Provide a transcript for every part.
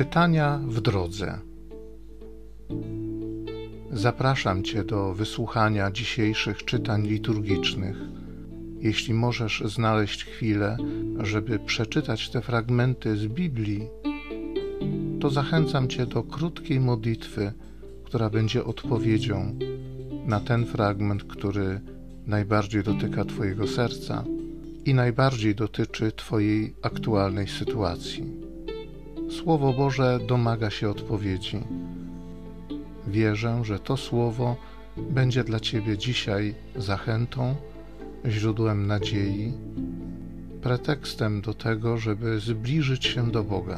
Czytania w drodze. Zapraszam Cię do wysłuchania dzisiejszych czytań liturgicznych. Jeśli możesz znaleźć chwilę, żeby przeczytać te fragmenty z Biblii, to zachęcam Cię do krótkiej modlitwy, która będzie odpowiedzią na ten fragment, który najbardziej dotyka Twojego serca i najbardziej dotyczy Twojej aktualnej sytuacji. Słowo Boże domaga się odpowiedzi. Wierzę, że to Słowo będzie dla Ciebie dzisiaj zachętą, źródłem nadziei, pretekstem do tego, żeby zbliżyć się do Boga.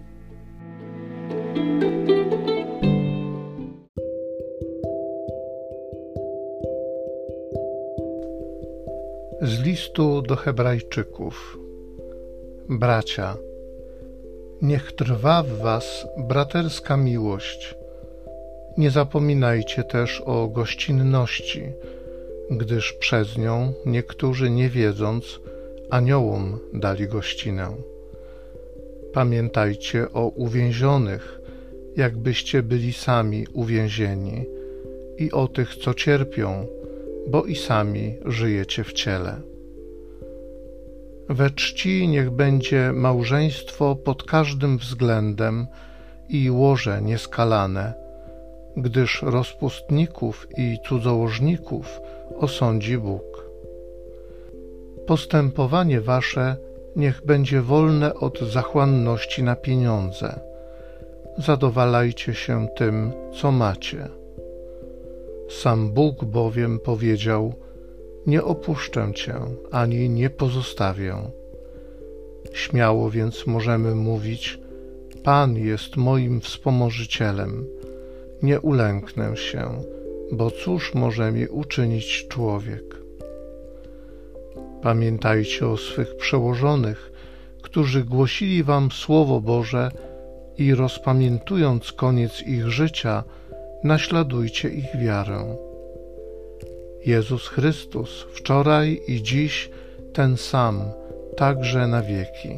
Z listu do Hebrajczyków. Bracia, niech trwa w was braterska miłość. Nie zapominajcie też o gościnności, gdyż przez nią niektórzy, nie wiedząc, aniołom dali gościnę. Pamiętajcie o uwięzionych, jakbyście byli sami uwięzieni, i o tych, co cierpią, bo i sami żyjecie w ciele. We czci niech będzie małżeństwo pod każdym względem i łoże nieskalane, gdyż rozpustników i cudzołożników osądzi Bóg. Postępowanie wasze niech będzie wolne od zachłanności na pieniądze. Zadowalajcie się tym, co macie. Sam Bóg bowiem powiedział: nie opuszczę Cię, ani nie pozostawię. Śmiało więc możemy mówić: Pan jest moim wspomożycielem. Nie ulęknę się, bo cóż może mi uczynić człowiek? Pamiętajcie o swych przełożonych, którzy głosili wam Słowo Boże i rozpamiętując koniec ich życia, naśladujcie ich wiarę. Jezus Chrystus wczoraj i dziś ten sam, także na wieki.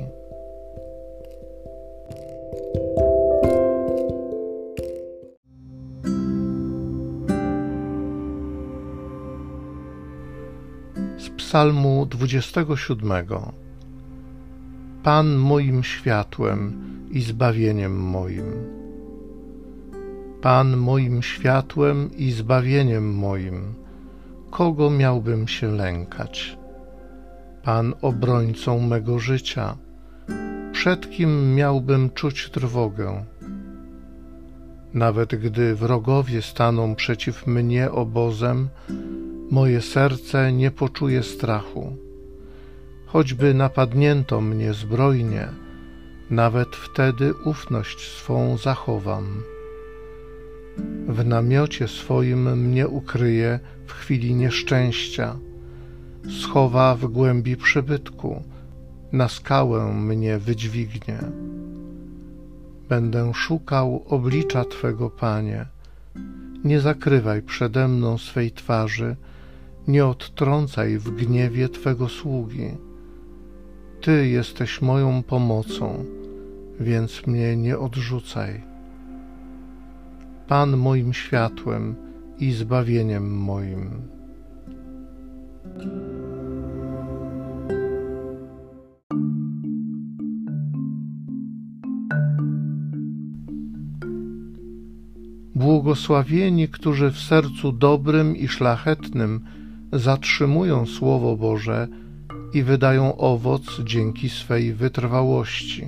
Z Psalmu 27. Pan moim światłem i zbawieniem moim. Pan moim światłem i zbawieniem moim. Kogo miałbym się lękać? Pan obrońcą mego życia. Przed kim miałbym czuć trwogę? Nawet gdy wrogowie staną przeciw mnie obozem, moje serce nie poczuje strachu. Choćby napadnięto mnie zbrojnie, nawet wtedy ufność swą zachowam. W namiocie swoim mnie ukryje w chwili nieszczęścia, schowa w głębi przybytku, na skałę mnie wydźwignie. Będę szukał oblicza Twego, Panie. Nie zakrywaj przede mną swej twarzy, nie odtrącaj w gniewie Twego sługi. Ty jesteś moją pomocą, więc mnie nie odrzucaj. Pan moim światłem i zbawieniem moim. Błogosławieni, którzy w sercu dobrym i szlachetnym zatrzymują Słowo Boże i wydają owoc dzięki swej wytrwałości.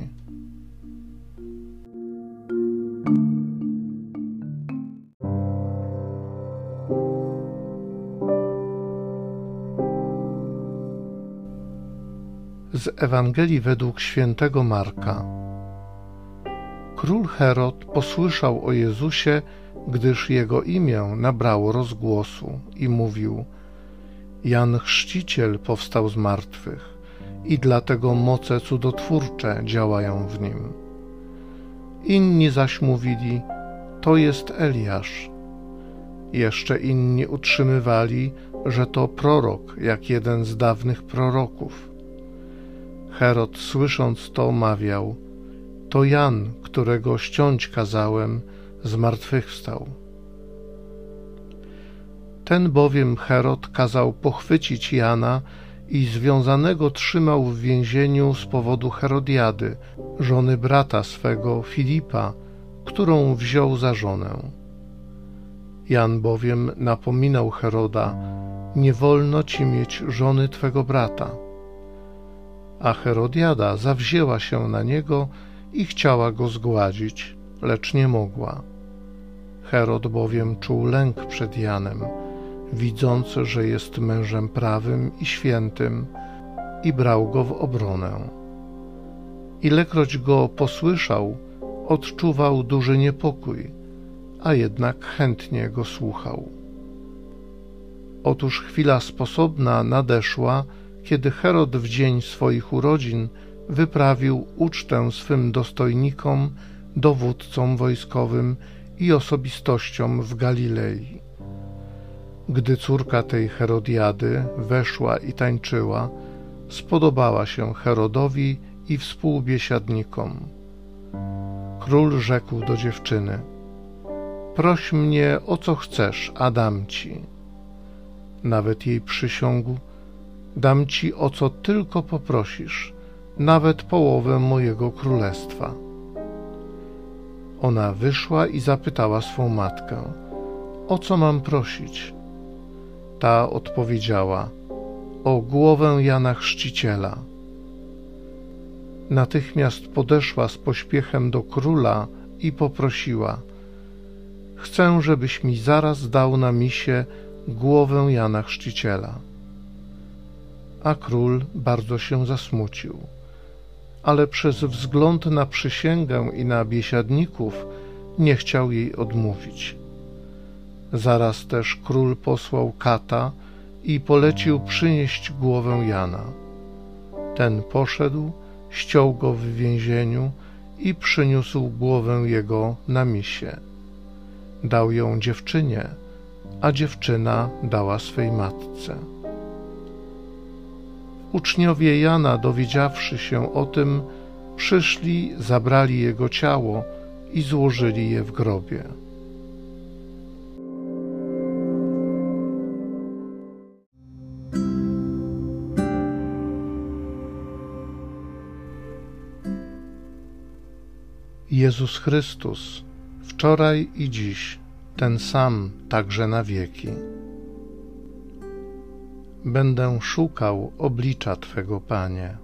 Z Ewangelii według świętego Marka. Król Herod posłyszał o Jezusie, gdyż jego imię nabrało rozgłosu i mówił: Jan Chrzciciel powstał z martwych i dlatego moce cudotwórcze działają w nim. Inni zaś mówili: to jest Eliasz. Jeszcze inni utrzymywali, że to prorok, jak jeden z dawnych proroków. Herod, słysząc to, mawiał: to Jan, którego ściąć kazałem, zmartwychwstał. Ten bowiem Herod kazał pochwycić Jana i związanego trzymał w więzieniu z powodu Herodiady, żony brata swego Filipa, którą wziął za żonę. Jan bowiem napominał Heroda: nie wolno ci mieć żony twego brata. A Herodiada zawzięła się na niego i chciała go zgładzić, lecz nie mogła. Herod bowiem czuł lęk przed Janem, widząc, że jest mężem prawym i świętym, i brał go w obronę. Ilekroć go posłyszał, odczuwał duży niepokój, a jednak chętnie go słuchał. Otóż chwila sposobna nadeszła, kiedy Herod w dzień swoich urodzin wyprawił ucztę swym dostojnikom, dowódcom wojskowym i osobistościom w Galilei. Gdy córka tej Herodiady weszła i tańczyła, spodobała się Herodowi i współbiesiadnikom. Król rzekł do dziewczyny: proś mnie o co chcesz, a dam ci. Nawet jej przysiągł: dam ci o co tylko poprosisz, nawet połowę mojego królestwa. Ona wyszła i zapytała swą matkę: o co mam prosić? Ta odpowiedziała: o głowę Jana Chrzciciela. Natychmiast podeszła z pośpiechem do króla i poprosiła: chcę, żebyś mi zaraz dał na misie głowę Jana Chrzciciela. A król bardzo się zasmucił, ale przez wzgląd na przysięgę i na biesiadników nie chciał jej odmówić. Zaraz też król posłał kata i polecił przynieść głowę Jana. Ten poszedł, ściął go w więzieniu i przyniósł głowę jego na misie. Dał ją dziewczynie, a dziewczyna dała swej matce. Uczniowie Jana, dowiedziawszy się o tym, przyszli, zabrali jego ciało i złożyli je w grobie. Jezus Chrystus, wczoraj i dziś, ten sam także na wieki. Będę szukał oblicza Twego, Panie.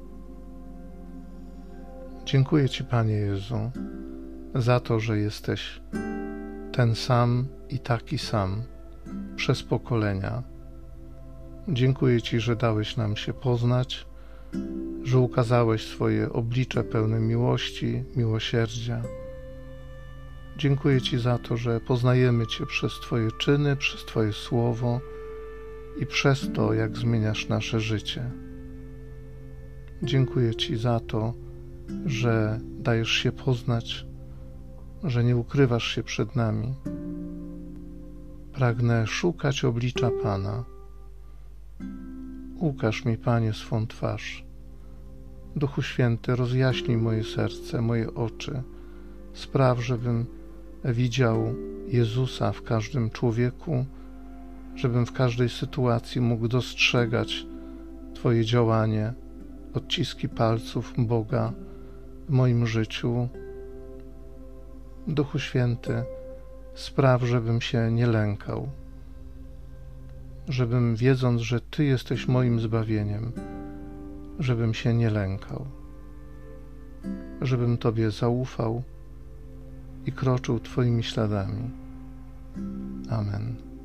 Dziękuję Ci, Panie Jezu, za to, że jesteś ten sam i taki sam przez pokolenia. Dziękuję Ci, że dałeś nam się poznać, że ukazałeś swoje oblicze pełne miłości, miłosierdzia. Dziękuję Ci za to, że poznajemy Cię przez Twoje czyny, przez Twoje słowo i przez to, jak zmieniasz nasze życie. Dziękuję Ci za to, że dajesz się poznać, że nie ukrywasz się przed nami. Pragnę szukać oblicza Pana. Ukaż mi, Panie, swą twarz. Duchu Święty, rozjaśnij moje serce, moje oczy. Spraw, żebym widział Jezusa w każdym człowieku, żebym w każdej sytuacji mógł dostrzegać Twoje działanie, odciski palców Boga w moim życiu. Duchu Święty, spraw, żebym się nie lękał, żebym, wiedząc, że Ty jesteś moim zbawieniem, żebym się nie lękał, żebym Tobie zaufał i kroczył Twoimi śladami. Amen.